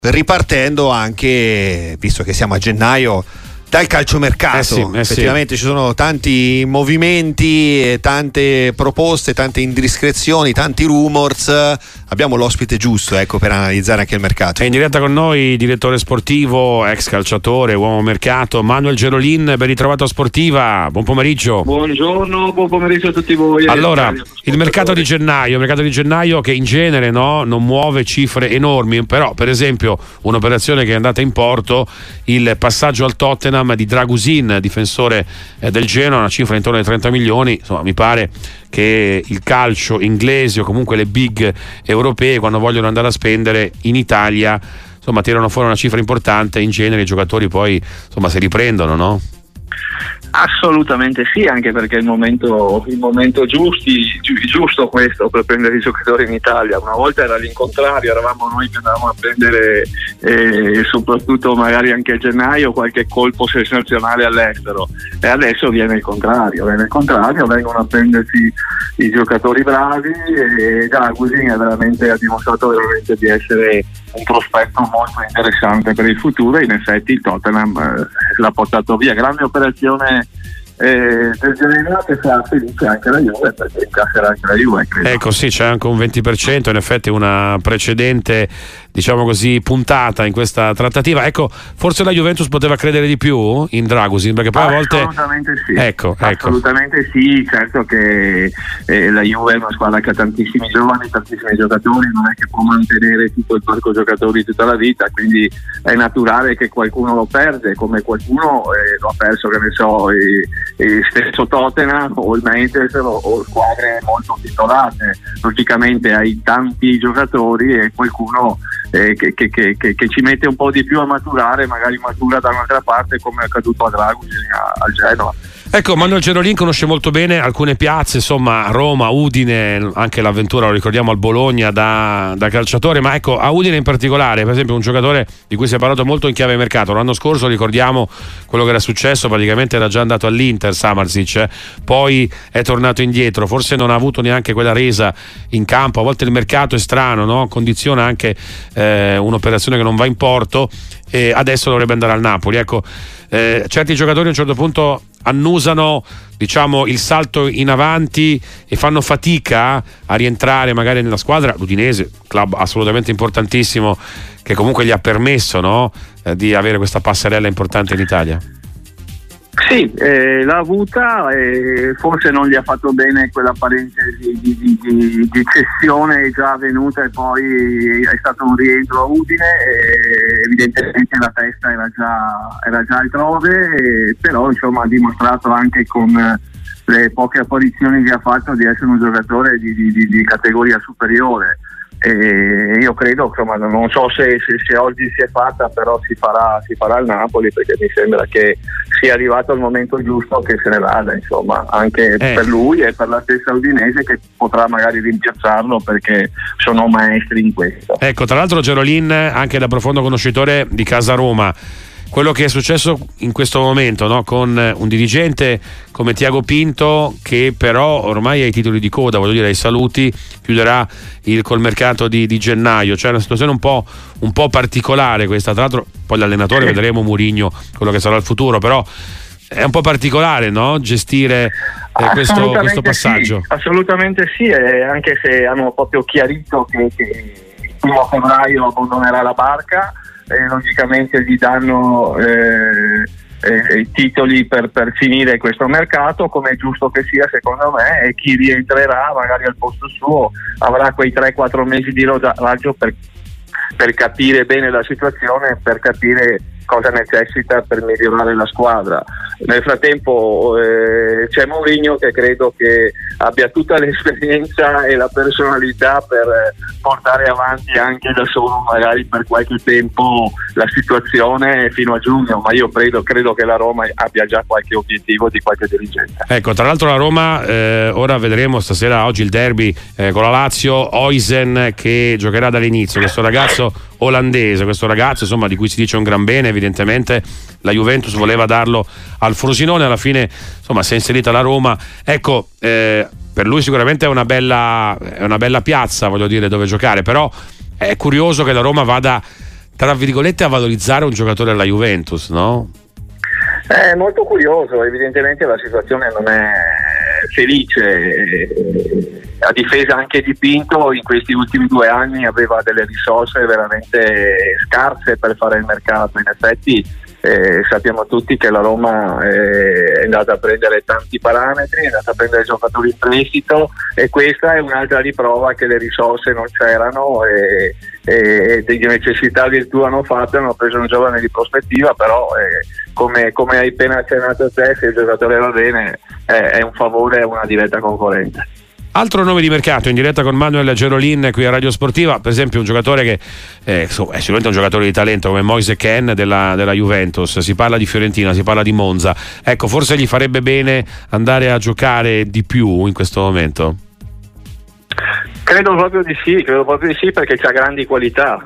ripartendo anche, visto che siamo a gennaio, dal calciomercato. Effettivamente ci sono tanti movimenti, tante proposte, tante indiscrezioni, tanti rumors. Abbiamo l'ospite giusto, ecco, per analizzare anche il mercato. È in diretta con noi direttore sportivo, ex calciatore, uomo mercato, Manuel Gerolin. Ben ritrovato a Sportiva, buon pomeriggio. Buongiorno, buon pomeriggio a tutti voi. Allora, il mercato di gennaio che in genere non muove cifre enormi, però per esempio un'operazione che è andata in porto, il passaggio al Tottenham di Dragusin, difensore del Genoa, una cifra intorno ai 30 milioni. Insomma, mi pare che il calcio inglese o comunque le big europee, quando vogliono andare a spendere in Italia, insomma, tirano fuori una cifra importante. In genere i giocatori poi, insomma, si riprendono, no? Assolutamente sì, anche perché il momento giusto questo per prendere i giocatori in Italia. Una volta era l'incontrario, eravamo noi che andavamo a prendere soprattutto magari anche a gennaio qualche colpo sensazionale all'estero, e adesso viene il contrario, vengono a prendersi i giocatori bravi, e Dragusin ha dimostrato veramente di essere un prospetto molto interessante per il futuro, e in effetti il Tottenham l'ha portato via. Grande operazione del Genoa, che sarà felice anche la Juve, perché incasserà anche la Juve, credo. Ecco, sì, c'è anche un 20%, in effetti una precedente, diciamo così, puntata in questa trattativa. Ecco, forse la Juventus poteva credere di più in Dragusin, perché poi a volte assolutamente sì. Ecco. Assolutamente sì, certo che la Juve è una squadra che ha tantissimi giovani, tantissimi giocatori, non è che può mantenere tutto il parco giocatori tutta la vita, quindi è naturale che qualcuno lo perde, come qualcuno lo ha perso, che ne so, il stesso Tottenham o il Manchester o squadre molto titolate. Logicamente hai tanti giocatori e qualcuno che ci mette un po' di più a maturare, magari matura da un'altra parte, come è accaduto a Dragusin al Genoa. Ecco, Manuel Gerolin conosce molto bene alcune piazze, insomma, Roma, Udine, anche l'avventura, lo ricordiamo, al Bologna da calciatore, ma ecco, a Udine in particolare, per esempio, un giocatore di cui si è parlato molto in chiave mercato. L'anno scorso ricordiamo quello che era successo, praticamente era già andato all'Inter Samardžić, poi è tornato indietro, forse non ha avuto neanche quella resa in campo. A volte il mercato è strano, no? Condiziona anche un'operazione che non va in porto, e adesso dovrebbe andare al Napoli. Ecco, certi giocatori a un certo punto annusano, diciamo, il salto in avanti e fanno fatica a rientrare magari nella squadra. L'Udinese, club assolutamente importantissimo, che comunque gli ha permesso, no, di avere questa passerella importante in Italia. Sì, l'ha avuta, e forse non gli ha fatto bene quella parente di cessione già avvenuta, e poi è stato un rientro a Udine, e evidentemente la testa era già altrove, però insomma ha dimostrato anche con le poche apparizioni che ha fatto di essere un giocatore di categoria superiore. E io credo, insomma, non so se oggi si è fatta, però si farà al Napoli, perché mi sembra che sia arrivato il momento giusto che se ne vada, insomma, anche per lui e per la stessa Udinese, che potrà magari rimpiazzarlo, perché sono maestri in questo. Ecco, tra l'altro Gerolin, anche da profondo conoscitore di casa Roma, quello che è successo in questo momento, no, con un dirigente come Tiago Pinto, che però ormai ha i titoli di coda, voglio dire, ai saluti, chiuderà col mercato di gennaio. Cioè una situazione un po' particolare questa. Tra l'altro poi l'allenatore, vedremo Mourinho, quello che sarà il futuro, però è un po' particolare, no, gestire questo passaggio. Sì, assolutamente sì, anche se hanno proprio chiarito che il 1 febbraio abbandonerà la barca. Logicamente gli danno i titoli per finire questo mercato, come è giusto che sia, secondo me, e chi rientrerà magari al posto suo avrà quei 3-4 mesi di rodaggio per capire bene la situazione, per capire cosa necessita per migliorare la squadra. Nel frattempo c'è Mourinho, che credo che abbia tutta l'esperienza e la personalità per portare avanti anche da solo, magari per qualche tempo, la situazione fino a giugno, ma io credo che la Roma abbia già qualche obiettivo di qualche dirigente. Ecco, tra l'altro la Roma, ora vedremo stasera, oggi il derby con la Lazio, Huijsen che giocherà dall'inizio, questo ragazzo olandese, insomma, di cui si dice un gran bene. Evidentemente la Juventus voleva darlo al Frosinone, alla fine insomma si è inserita la Roma. Ecco, per lui sicuramente è una bella piazza, voglio dire, dove giocare, però è curioso che la Roma vada tra virgolette a valorizzare un giocatore alla Juventus, no? È molto curioso, evidentemente la situazione non è felice. A difesa anche di Pinto in questi ultimi 2 anni aveva delle risorse veramente scarse per fare il mercato. In effetti sappiamo tutti che la Roma è andata a prendere tanti parametri, è andata a prendere giocatori in prestito, e questa è un'altra riprova che le risorse non c'erano e di necessità virtù hanno fatto, hanno preso un giovane di prospettiva, però come hai appena accennato te, se il giocatore va bene è un favore a una diretta concorrente. Altro nome di mercato in diretta con Manuel Gerolin qui a Radio Sportiva, per esempio un giocatore che è sicuramente un giocatore di talento come Moise Kean della Juventus. Si parla di Fiorentina, si parla di Monza, ecco, forse gli farebbe bene andare a giocare di più in questo momento? Credo proprio di sì, perché c'ha grandi qualità,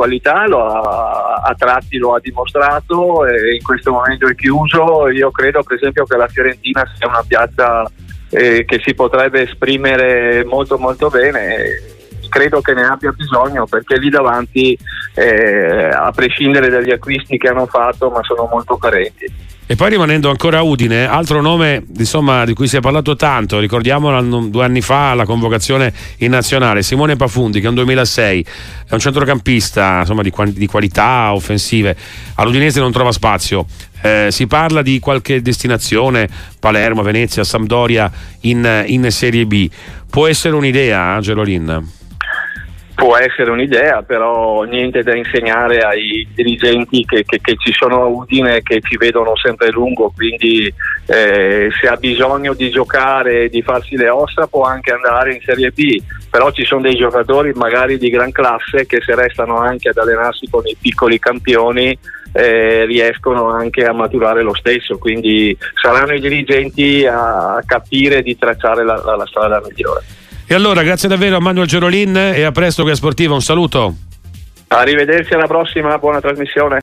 a tratti lo ha dimostrato, e in questo momento è chiuso. Io credo per esempio che la Fiorentina sia una piazza che si potrebbe esprimere molto molto bene. Credo che ne abbia bisogno, perché lì davanti, a prescindere dagli acquisti che hanno fatto, ma sono molto carenti. E poi rimanendo ancora a Udine, altro nome insomma di cui si è parlato tanto, ricordiamolo 2 anni fa alla convocazione in nazionale, Simone Pafundi, che è un 2006, è un centrocampista insomma di qualità offensive, all'Udinese non trova spazio. Si parla di qualche destinazione, Palermo, Venezia, Sampdoria in Serie B. Può essere un'idea, Gerolin? Può essere un'idea, però niente da insegnare ai dirigenti che ci sono a Udine, che ci vedono sempre lungo, quindi se ha bisogno di giocare e di farsi le ossa può anche andare in Serie B, però ci sono dei giocatori magari di gran classe che, se restano anche ad allenarsi con i piccoli campioni, riescono anche a maturare lo stesso, quindi saranno i dirigenti a capire di tracciare la strada migliore. E allora grazie davvero a Manuel Gerolin e a presto qui a Sportiva, un saluto. Arrivederci, alla prossima, buona trasmissione.